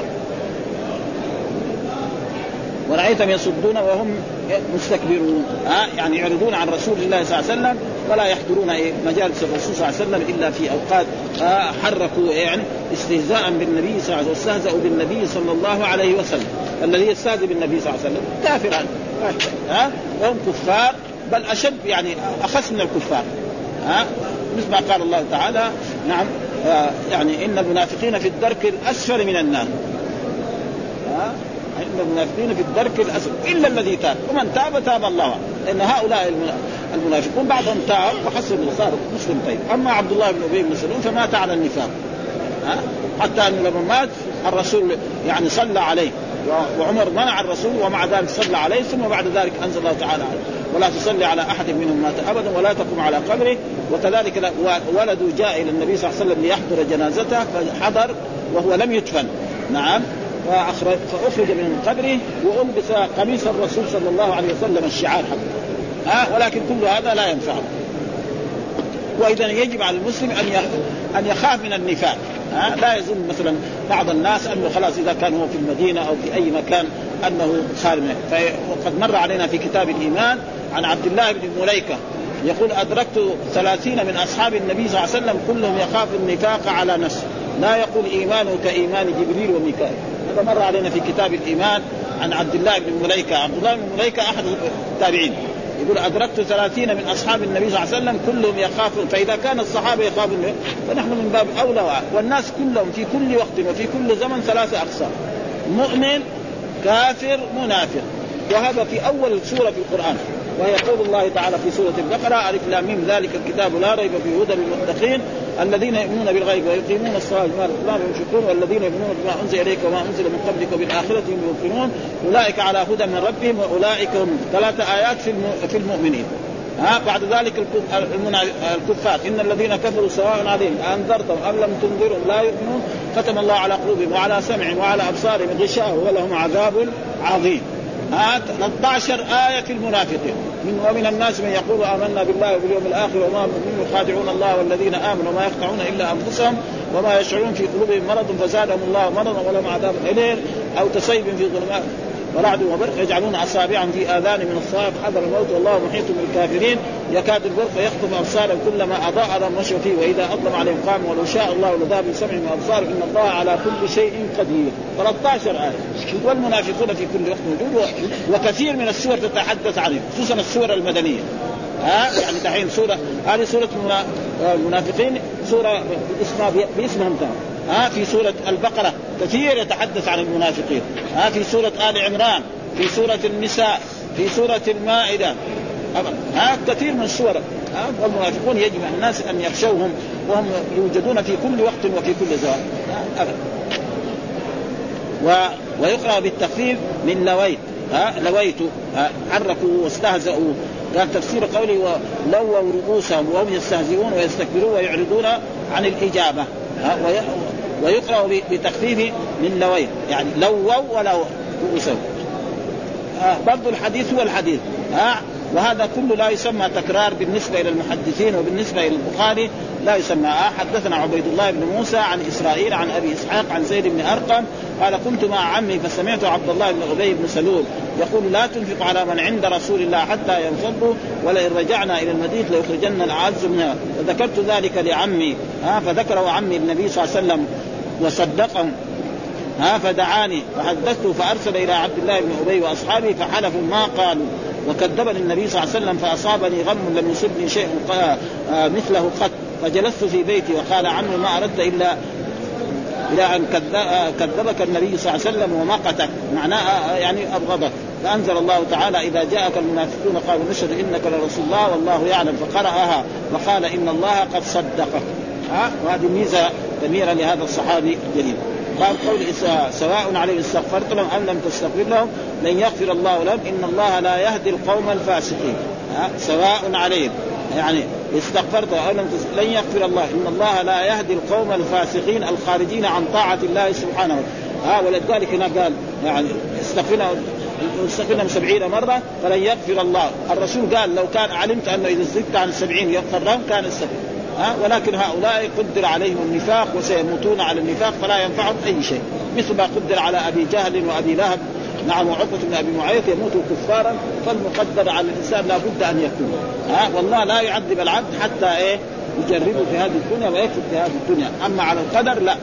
ورأيتهم يصدون وهم مستكبرون يعني يعرضون عن رسول الله صلى الله عليه وسلم ولا يحضرون مجالس الرسول صلى الله عليه وسلم إلا في أوقات حركوا يعني استهزاء بالنبي صلى الله عليه وسلم واستهزأوا بالنبي صلى الله عليه وسلم. الذي يستهزئ بالنبي صلى الله عليه وسلم كافر وهم كفار بل أشد يعني أخس من الكفار مثل ما قال الله تعالى نعم يعني إن المنافقين في الدرك الأسفل من النار إن المنافقين في الدرك الأسفل إلا الذي تاب ومن تاب الله لأن هؤلاء المنافقون بعضهم تاب وحسن صار مسلم طيب. أما عبد الله بن أبي بن سلول فمات على النفاق حتى أنه لما مات الرسول يعني صلى عليه وعمر منع الرسول ومع ذلك صلى عليه ثم بعد ذلك أنزل الله تعالى عليه ولا تصلي على أحد منهم مات أبدا ولا تقم على قبره. وكذلك ولد جاء إلى النبي صلى الله عليه وسلم ليحضر جنازته فحضر وهو لم يدفن نعم فأخرج من قبره وألبس قميص الرسول صلى الله عليه وسلم الشعار حقه ولكن كل هذا لا ينفعه. وإذا يجب على المسلم أن يخاف من النفاق لا يظن مثلا بعض الناس أنه خلاص إذا كان هو في المدينة أو في أي مكان أنه خارج. وقد مر علينا في كتاب الإيمان عن عبد الله بن مليكة يقول أدركت 30 من أصحاب النبي صلى الله عليه وسلم كلهم يخاف النفاق على نفسه لا يقول إيمانه كإيمان جبريل وميكائيل. هذا مر علينا في كتاب الإيمان عن عبد الله بن مليكة. عبد الله بن مليكة أحد التابعين يقول أدركت 30 من أصحاب النبي صلى الله عليه وسلم كلهم يخافون. فإذا كان الصحابة يخافون فنحن من باب أولى. والناس كلهم في كل وقت وفي كل زمن 3 أقسام: مؤمن، كافر، منافق. وهذا في أول سورة في القرآن، وهي قول الله تعالى في سورة البقرة: ألف لام ميم ذلك الكتاب لا ريب فيه هدى للمتقين الذين يؤمنون بالغيب ويقيمون الصلاة ومما رزقناهم ينفقون والذين يؤمنون بما أنزل إليك وما أنزل من قبلك وبالآخرة هم يوقنون أولئك على هدى من ربهم وأولئك هم. 3 آيات في المؤمنين. بعد ذلك الكفار: إن الذين كفروا سواء عليهم أنذرتهم أم لم تنذرهم لا يؤمنون ختم الله على قلوبهم وعلى سمعهم وعلى أبصارهم غشاوة ولهم عذاب عظيم. 13 آية في المنافقين: ومن الناس من يقول آمنا بالله وباليوم الآخر وما هم يخادعون الله والذين آمنوا وما يخدعون إلا أنفسهم وما يشعرون في قلوبهم مرض فزادهم الله مرضا ولهم عذاب أليم أو كصيب في ظلمات ورعد وبرق يجعلون أصابعهم في آذان من الصواعق حذر الموت والله محيط بالكافرين يكاد البرق يخطف أبصارهم كلما أضاء لهم مشوا فيه وإذا أظلم عليهم قاموا ولو شاء الله لذهب بسمعهم وأبصارهم إن الله على كل شيء قدير. 13 آية. والمنافقون في كل وقت موجود، وكثير من السور تتحدث عنه، خصوصا السور المدنية. يعني دحين سورة هذه سورة المنافقين سورة باسمهم تمام. في سورة البقرة كثير يتحدث عن المنافقين. في سورة آل عمران، في سورة النساء، في سورة المائدة. كثير من السور. والمنافقون يجب الناس أن يخشوهم وهم يوجدون في كل وقت وفي كل زمان. ويقرأ بالتخفيف من لويت. لويت حركوا واستهزأوا. قال تفسير قوله ولووا رؤوسهم وهم يستهزئون ويستكبرون ويعرضون عن الإجابة. ويقرأ بتخفيف من لويت يعني لووا ولو رؤوسهم. برضو الحديث هو الحديث. وهذا كله لا يسمى تكرار بالنسبة إلى المحدثين، وبالنسبة إلى البخاري لا يسمى. حدثنا عبيد الله بن موسى عن إسرائيل عن أبي إسحاق عن زيد بن أرقم قال كنت مع عمي فسمعت عبد الله بن أبي بن سلول يقول لا تنفق على من عند رسول الله حتى ينفضوا ولئن رجعنا إلى المدينة ليخرجن الأعز منها. وذكرت ذلك لعمي فذكره عمي النبي صلى الله عليه وسلم وصدقهم فدعاني فحدثته فأرسل إلى عبد الله بن أبي وأصحابه فحلفوا ما قالوا وكذبني النبي صلى الله عليه وسلم فأصابني غم لم يصبني شيء مثله قط فجلست في بيتي وقال عمي ما أردت إلا أن كذبك النبي صلى الله عليه وسلم ومقتك معناه يعني أبغضك. فأنزل الله تعالى إذا جاءك المنافقون قالوا نشهد إنك لرسول الله والله يعلم فقرأها وقال إن الله قد صدقك. وهذه ميزة كبيرة لهذا الصحابي الجليل. قال قول سواء عليهم استغفرت لهم أم لم تستغفر لهم لن يغفر الله لهم إن الله لا يهدي القوم الفاسقين. سواء عليهم يعني استغفرت أو لم تستغفر لن يغفر الله إن الله لا يهدي القوم الفاسقين الخارجين عن طاعة الله سبحانه. ولذلك هنا قال يعني استغفرنا 70 مرة فلن يغفر الله. الرسول قال لو كان علمت أنه إذا زدت عن 70 يغفر لهم كان استغفر. ولكن هؤلاء قدر عليهم النفاق وسيموتون على النفاق فلا ينفعهم أي شيء، مثل ما قدر على أبي جهل وأبي لهب نعم وعقبة بن أبي معيط يموتوا كفارا. فالمقدر على الإنسان لا بد أن يكون. والله لا يعذب العبد حتى يجربه في هذه الدنيا ويكفر في هذه الدنيا. أما على القدر لا.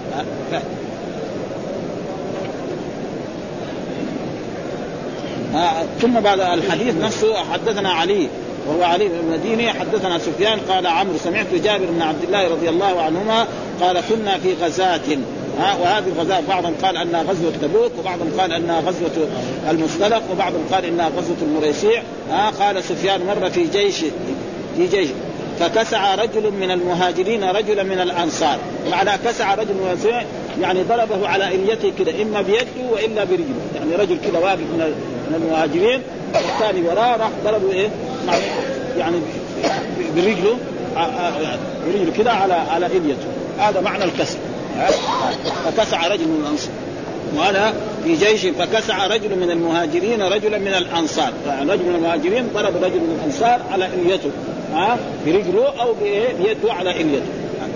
ثم بعد الحديث نفسه حدثنا علي وهو علي بن المديني حدثنا سفيان قال عمرو سمعت جابر بن عبد الله رضي الله عنهما قال كنا في غزاة. وهذه الغزاة بعضهم قال أنها غزوة تبوك وبعضهم قال أنها غزوة المصطلق وبعضهم قال أنها غزوة المريسيع. قال سفيان مر في جيش فكسع رجل من المهاجرين رجلا من الأنصار. معنى كسع رجل من الأنصار يعني ضربه على إليته كده إما بيده وإلا برجله. يعني رجل كده واقف من المهاجرين والثاني وراه راح ضربه يعني برجله كده على إليته. هذا معنى الكسر. فكسع رجل من الأنصار. وأنا في جيش فكسع رجل من المهاجرين رجلا من الأنصار. رجل من المهاجرين ضرب رجل من الأنصار على إليته برجله أو بيده على إليته.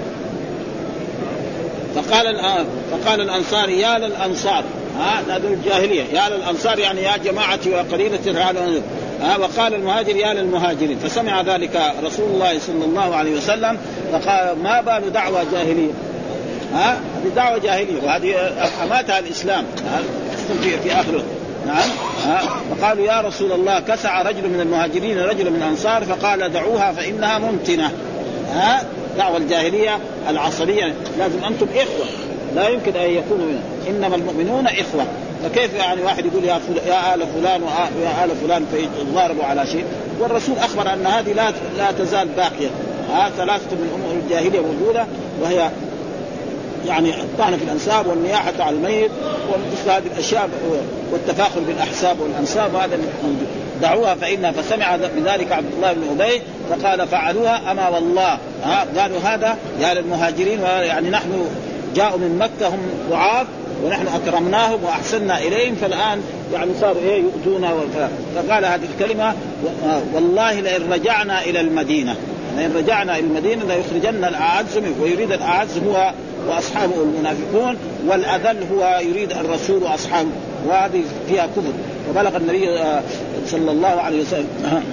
فقال الأنصار يا للأنصار هذا الجاهلية يا للأنصار يعني يا جماعتي وقليلة وقال المهاجر يا للمهاجرين، فسمع ذلك رسول الله صلى الله عليه وسلم فقال ما بال دعوة جاهلية، هذه دعوة جاهلية وهذه أماتها الإسلام في آخره. نعم. فقالوا يا رسول الله كسع رجل من المهاجرين رجل من الأنصار فقال دعوها فإنها منتنة. دعوة الجاهلية العصبية، لازم أنتم إخوة لا يمكن أن يكونوا منها، إنما المؤمنون إخوة. فكيف يعني واحد يقول يا آل فلان ويا آل فلان فيتضاربوا على شيء؟ والرسول أخبر أن هذه لا تزال باقية. ثلاثة من أمور الجاهلية موجودة، وهي يعني الطعن في الأنساب والنياحة على الميت ومثل هذه الأشياء والتفاخر بالأحساب والأنساب، هذا موجود. دعوها فإنها. فسمع بذلك عبد الله بن أبي فقال فعلوها أما والله. قالوا هذا يا للمهاجرين، يعني نحن جاءوا من مكة هم ضعاف ونحن أكرمناهم وأحسننا إليهم، فالآن يعني صاروا يؤذونا. فقال هذه الكلمة والله لئن رجعنا إلى المدينة، لئن رجعنا إلى المدينة ليخرجن الأعز منه، ويريد الأعز هو وأصحابه المنافقون، والأذل هو يريد الرسول وأصحابه، وهذه فيها كفر. فبلغ النبي صلى الله عليه وسلم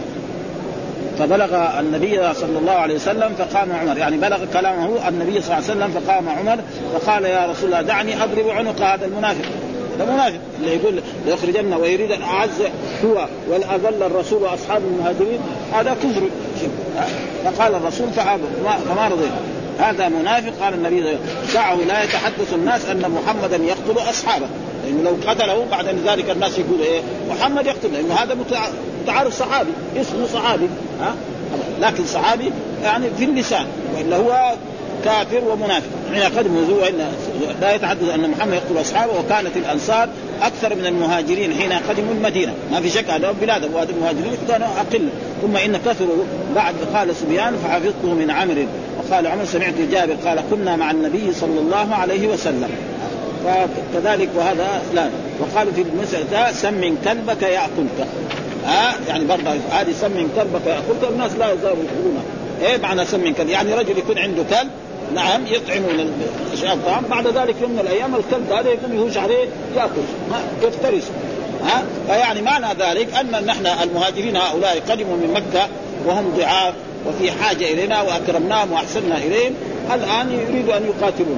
فقام عمر، يعني بلغ كلامه النبي صلى الله عليه وسلم فقام عمر فقال يا رسول الله دعني أضرب عنق هذا المنافق. المنافق اللي يقول ليخرجنا ويريد الأعز هو والأذل الرسول وأصحاب المهاجرين، هذا كفر. فقال الرسول فما رضي، هذا منافق. قال النبي دعه لا يتحدث الناس أن محمدا يقتل أصحابه، لأنه لو قتله بعد ذلك الناس يقول محمد يقتل، لأنه هذا متعارف صحابي اسمه صحابي، لكن صحابي يعني في اللسان، وإلا هو كافر ومنافق. حين قدموا لا يتحدث أن محمد يقتل أصحابه. وكانت الأنصار أكثر من المهاجرين حين قدموا المدينة، ما في شك هذا بلادهم، وهذا المهاجرين كانوا أقل. ثم إن كثروا بعد. قال سفيان فحفظته من عمرو. وقال عمر سمعت جابر قال كنا مع النبي صلى الله عليه وسلم. فكذلك وهذا لا. وقالوا في المسألة سمن كلبك يأكلك، يعني برضه هذه سمن كلبك يأكلك، الناس لا يزالوا يقولونها. معنى سمن كلب؟ يعني رجل يكون عنده كلب، نعم، يطعمون الأشياء الطعام، بعد ذلك يوم من الأيام الكلب هذا يقوم يهوش عليه يأكل يفترس. فيعني معنى ذلك أن نحن المهاجرين هؤلاء قدموا من مكة وهم ضعاف وفي حاجة إلينا وأكرمناهم وأحسننا إليهم، الآن يريدوا أن يقاتلون.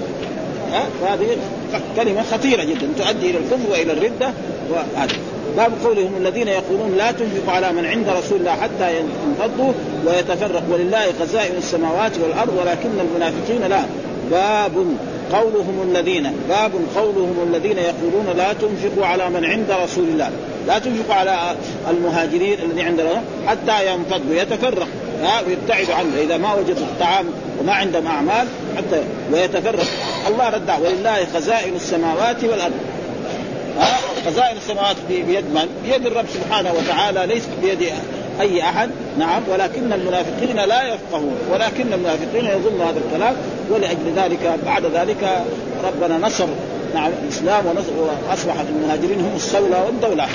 فهذه كلمة خطيرة جدا تؤدي إلى الكفر وإلى الردة. وهذا باب قولهم الذين يقولون لا تنفقوا على من عند رسول الله حتى ينفضوا ويتفرق ولله خزائن السماوات والأرض ولكن المنافقين لا. باب قولهم الذين يقولون لا تنفقوا على من عند رسول الله، لا تنفقوا على المهاجرين الذين عند الله حتى ينفضوا يتفرق ويبتعدوا عنه، إذا ما وجدوا الطعام وما عندهم أعمال حتى ويتفرق. الله رد ولله خزائن السماوات والأرض. خزائن السماوات بيد من؟ بيد الرب سبحانه وتعالى، ليس بيد أي أحد. نعم. ولكن المنافقين لا يفقهون، ولكن المنافقين يظن هذا الكلام. ولأجل ذلك بعد ذلك ربنا نصر نعم الإسلام وأصبح المهاجرين هم الصولة والدولة.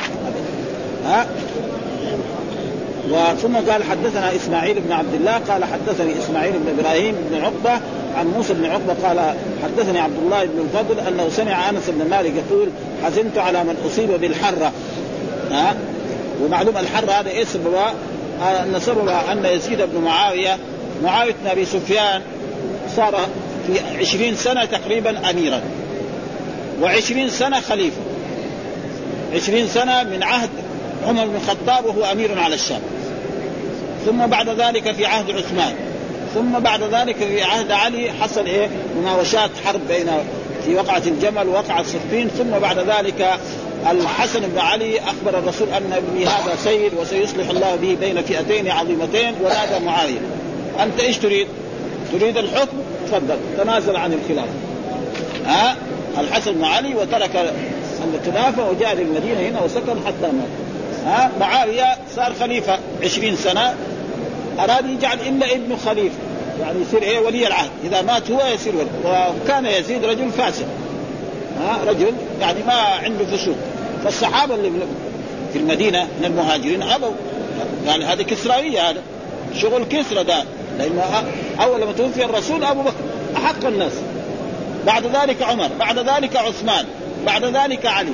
ثم قال حدثنا إسماعيل بن عبد الله قال حدثني إسماعيل بن إبراهيم بن عقبة عن موسى بن عقبة قال حدثني عبد الله بن الفضل أنه سمع أنس بن مالك يقول حزنت على من أصيب بالحرة. ومعلوم الحرة هذا إيه سببها؟ أن سببها أن يزيد بن معاوية بن أبي سفيان صار في 20 سنة تقريبا أميرا، و20 سنة خليفة، 20 سنة من عهد عمر بن الخطاب وهو أمير على الشام، ثم بعد ذلك في عهد عثمان، ثم بعد ذلك في عهد علي حصل مناوشات حرب بين في وقعة الجمل ووقعة صفين. ثم بعد ذلك الحسن بن علي أخبر الرسول أن ابني هذا سيد وسيصلح الله به بين فئتين عظيمتين، ونادى معاوية أنت إيش تريد؟ تريد الحكم؟ تفضل تنازل عن الخلافة. الحسن بن علي وترك الخلافة وجاء للمدينة هنا وسكن حتى مات. معاوية صار خليفة 20 سنة، أراد يجعل إلا ابنه خليفة، يعني يصير ولي العهد، إذا مات هو يصير ولي. وكان يزيد رجل فاسد، رجل يعني ما عنده فسوق. فالصحابة اللي في المدينة من المهاجرين أبوا، يعني هذه كسرائية، هذا شغل كسرى ده، لأنه أول ما توفي الرسول أبو بكر أحق الناس، بعد ذلك عمر، بعد ذلك عثمان، بعد ذلك علي.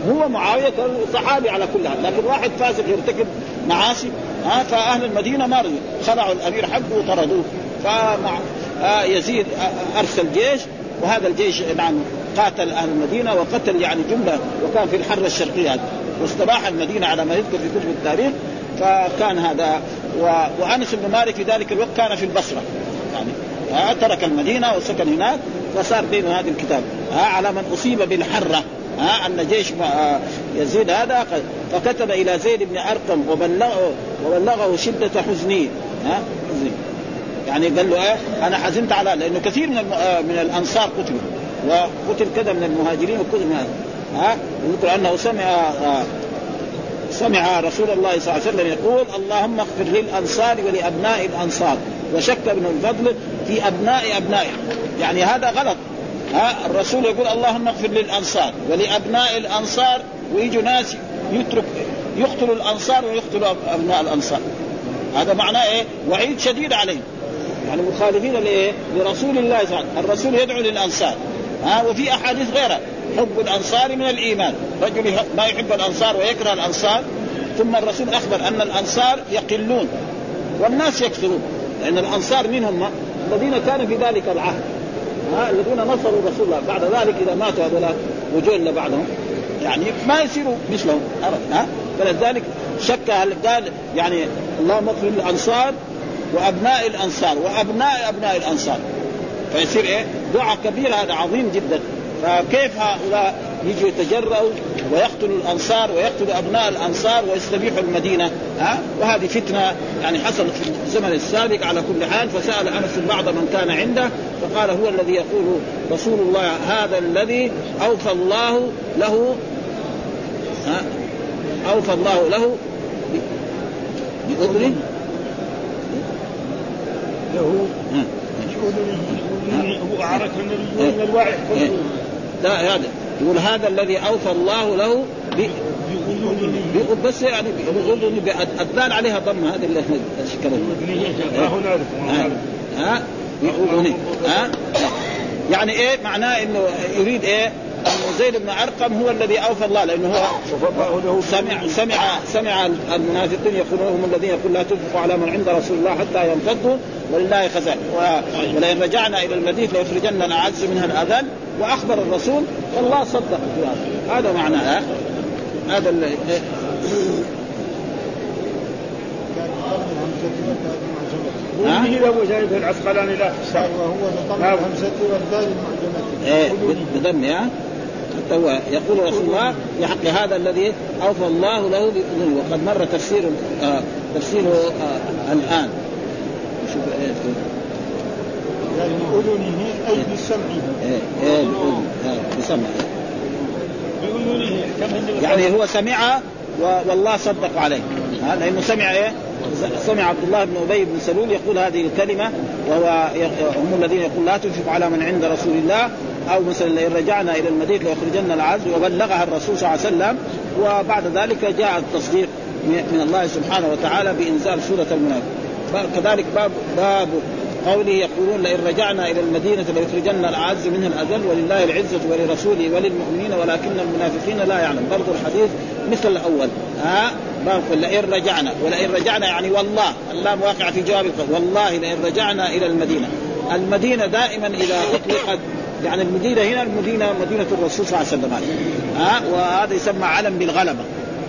هو معاوية صحابي على كل حال، لكن واحد فاسق يرتكب معاصي فأهل المدينة ما رضوا، خلعوا الأمير حقه وطردوه. يزيد أرسل جيش، وهذا الجيش نعم قاتل أهل المدينة وقتل يعني جملة، وكان في الحرة الشرقية واستباح المدينة على ما يذكر في كتب التاريخ. فكان هذا وأنس بن مالك في ذلك الوقت كان في البصرة يعني ترك المدينة وسكن هناك، فصار بين هذا الكتاب على من أصيب بالحرة أن جيش يزيد هذا. فكتب إلى زيد بن أرقم وبلغه شدة حزني يعني قال له أنا حزنت على، لأنه كثير من الأنصار قتلوا وقتل كذا من المهاجرين وكذا من هذا. يذكر أنه سمع رسول الله صلى الله عليه وسلم يقول اللهم اغفر للأنصار ولأبناء الأنصار، وشك ابن الفضل في أبناء يعني هذا غلط. الرسول يقول اللهم اغفر للأنصار ولأبناء الأنصار، ويجوا ناس يقتلوا الأنصار ويقتلوا أبناء الأنصار، هذا معناه وعيد شديد عليهم، يعني مخالفين لرسول الله صلى الله عليه وسلم. الرسول يدعو للأنصار وفي أحاديث غيرها حب الأنصار من الإيمان، رجل ما يحب الأنصار ويكره الأنصار. ثم الرسول أخبر أن الأنصار يقلون والناس يكثرون، لأن الأنصار منهم الذين كانوا في ذلك العهد الذين نصروا رسول الله، بعد ذلك إذا ماتوا هؤلاء وجوه بعدهم يعني ما يصيروا مثلهم فلذلك شك قال يعني اللهم اغفر للأنصار وأبناء الأنصار وأبناء أبناء الأنصار، فيصير دعاء كبير هذا عظيم جدا. فكيف هؤلاء يجوا يتجرؤوا ويقتلوا الأنصار ويقتلوا أبناء الأنصار ويستبيحوا المدينة وهذه فتنة يعني حصلت في الزمن السابق على كل حال. فسأل أنس بعض من كان عنده فقال هو الذي يقول رسول الله هذا الذي أوفى الله له أوفى الله له بأذنه له وعرف من الواعي لا هذا يقول هذا الذي أوفى الله له بس يعني الدال عليها ضم هذه الشكل يعني ايه معناه انه يريد ايه أن زيد بن أرقم هو الذي أوفى الله، لأنه هو سمع المنافقين يقولون هم الذين يقول لا تنفقوا على من عند رسول الله حتى ينفضوا ولله خزائن ولئن رجعنا إلى المدينة ليخرجن الأعز منها الأذل، وأخبر الرسول والله صدق هذا معناه هذا وهي أبو زيد العسقلاني لا تستعب وهو بضم الهمزة والدال المعجمة بدم حتى هو يقول رسول الله يحق هذا الذي أوفى الله له بأذنه. وقد مر تفسيره الآن يعني بأذنه أي بسمعه بسمعه يعني هو سمع والله صدق عليه لأنه سمع سمع عبد الله بن أبي بن سلول يقول هذه الكلمة، وهو هم الذين يقول لا تنفق على من عند رسول الله، أو مثلا لئن رجعنا إلى المدينة ليخرجن الأعز، وبلغها الرسول صلى الله عليه وسلم. وبعد ذلك جاء التصديق من الله سبحانه وتعالى بإنزال سورة المنافق. كذلك باب قوله يقولون لئن رجعنا إلى المدينة ليخرجن الأعز منها الأذل ولله العزة ولرسوله وللمؤمنين ولكن المنافقين لا يعلم. برضو الحديث مثل الأول لئن رجعنا يعني والله اللام واقع في جواب والله لئن رجعنا إلى المدينة دائما إذا أطلقت يعني المدينة هنا مدينة الرسول صلى الله عليه وسلم وهذا يسمى علم بالغلبة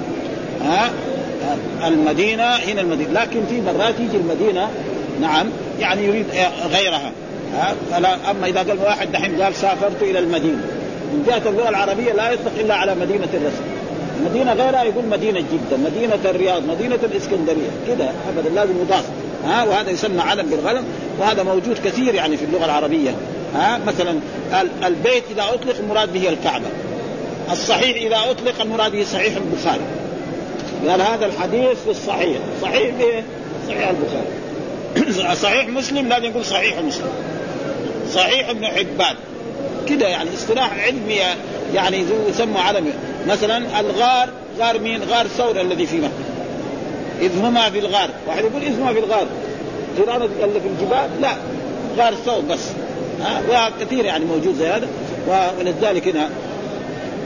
المدينة هنا المدينة، لكن في مرات يجي المدينة نعم يعني يريد غيرها أما إذا قال واحد دحين قال سافرت إلى المدينة من جهة اللغة العربية لا يطلق إلا على مدينة الرسول، مدينة غيرها يقول مدينة جدة، مدينة الرياض، مدينة الإسكندرية كده أبدا لازم مضاف وهذا يسمى علم بالغلب. وهذا موجود كثير يعني في اللغة العربية مثلا البيت إذا أطلق المراد به الكعبة، الصحيح إذا أطلق المراد به صحيح البخاري، قال هذا الحديث في الصحيح صحيح به صحيح البخاري صحيح مسلم لازم يقول صحيح مسلم، صحيح ابن حبان كده يعني اصطلاح علمي يعني يسمى علم. مثلا الغار غار مين؟ غار ثور الذي في مكة إذ هما في الغار، واحد يقول إذ هما في الغار جيران اللي في الجبال لا غار ثور بس وكثير يعني موجود زي هذا. ولذلك هنا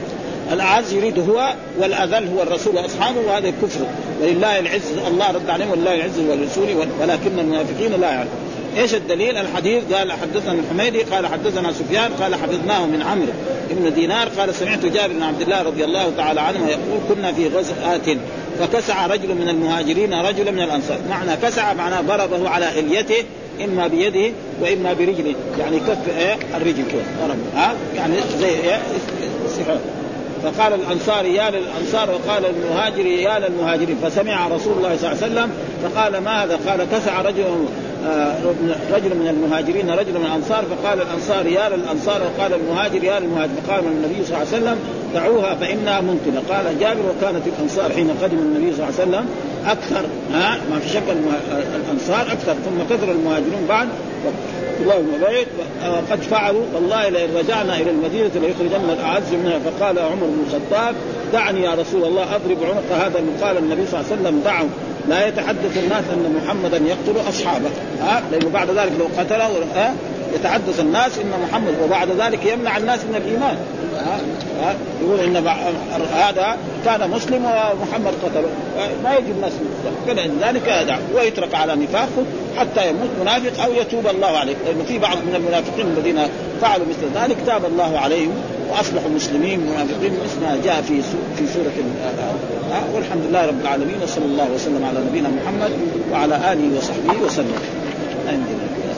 الأعز يريد هو، والأذل هو الرسول وأصحابه، وهذا كفر. ولله العز، الله رد عليهم ولله العز والرسول ولكن المنافقين لا يعلمون. ايش الدليل؟ الحديث قال حدثنا الحميدي قال حدثنا سفيان قال حفظناه من عمرو بن دينار قال سمعت جابر بن عبد الله رضي الله تعالى عنه يقول كنا في غزوة فكسع رجل من المهاجرين رجلا من الأنصار. معنى كسع معناه ضربه على إليته، إما بيده وإما برجله، يعني كف الرجل كده ضربه يعني زي السحر. فقال الأنصار يا للأنصار وقال المهاجر يا للمهاجرين. فسمع رسول الله صلى الله عليه وسلم فقال ما هذا؟ قال كسع رجل من المهاجرين رجل من الأنصار. فقال الأنصار يا للأنصار وقال المهاجر يا للمهاجر. فقال النبي صلى الله عليه وسلم دعوها فإنها منتنة. قال جابر وكانت الأنصار حين قدم النبي صلى الله عليه وسلم أكثر ما في شك الأنصار أكثر، ثم كثر المهاجرون بعد الله المبيت قد فعلوا والله لئن رجعنا إلى المدينة ليخرجن الأعز منها. فقال عمر بن الخطاب دعني يا رسول الله أضرب عنق هذا. قال النبي صلى الله عليه وسلم دعوا لا يتحدث الناس أن محمدا يقتل أصحابه لأنه بعد ذلك لو قتله يتحدث الناس إن محمد، وبعد ذلك يمنع الناس من الإيمان يقول إن هذا كان مسلم ومحمد قتله، ما يجي الناس ذلك يدع ويترك على نفاقه حتى يموت منافق أو يتوب الله عليه. لأنه في بعض من المنافقين الذين فعلوا مثل ذلك تاب الله عليهم وأصبحوا مسلمين منافقين مثل ما جاء في سورة والحمد لله رب العالمين. وصلى الله وسلم على نبينا محمد وعلى آله وصحبه وسلم.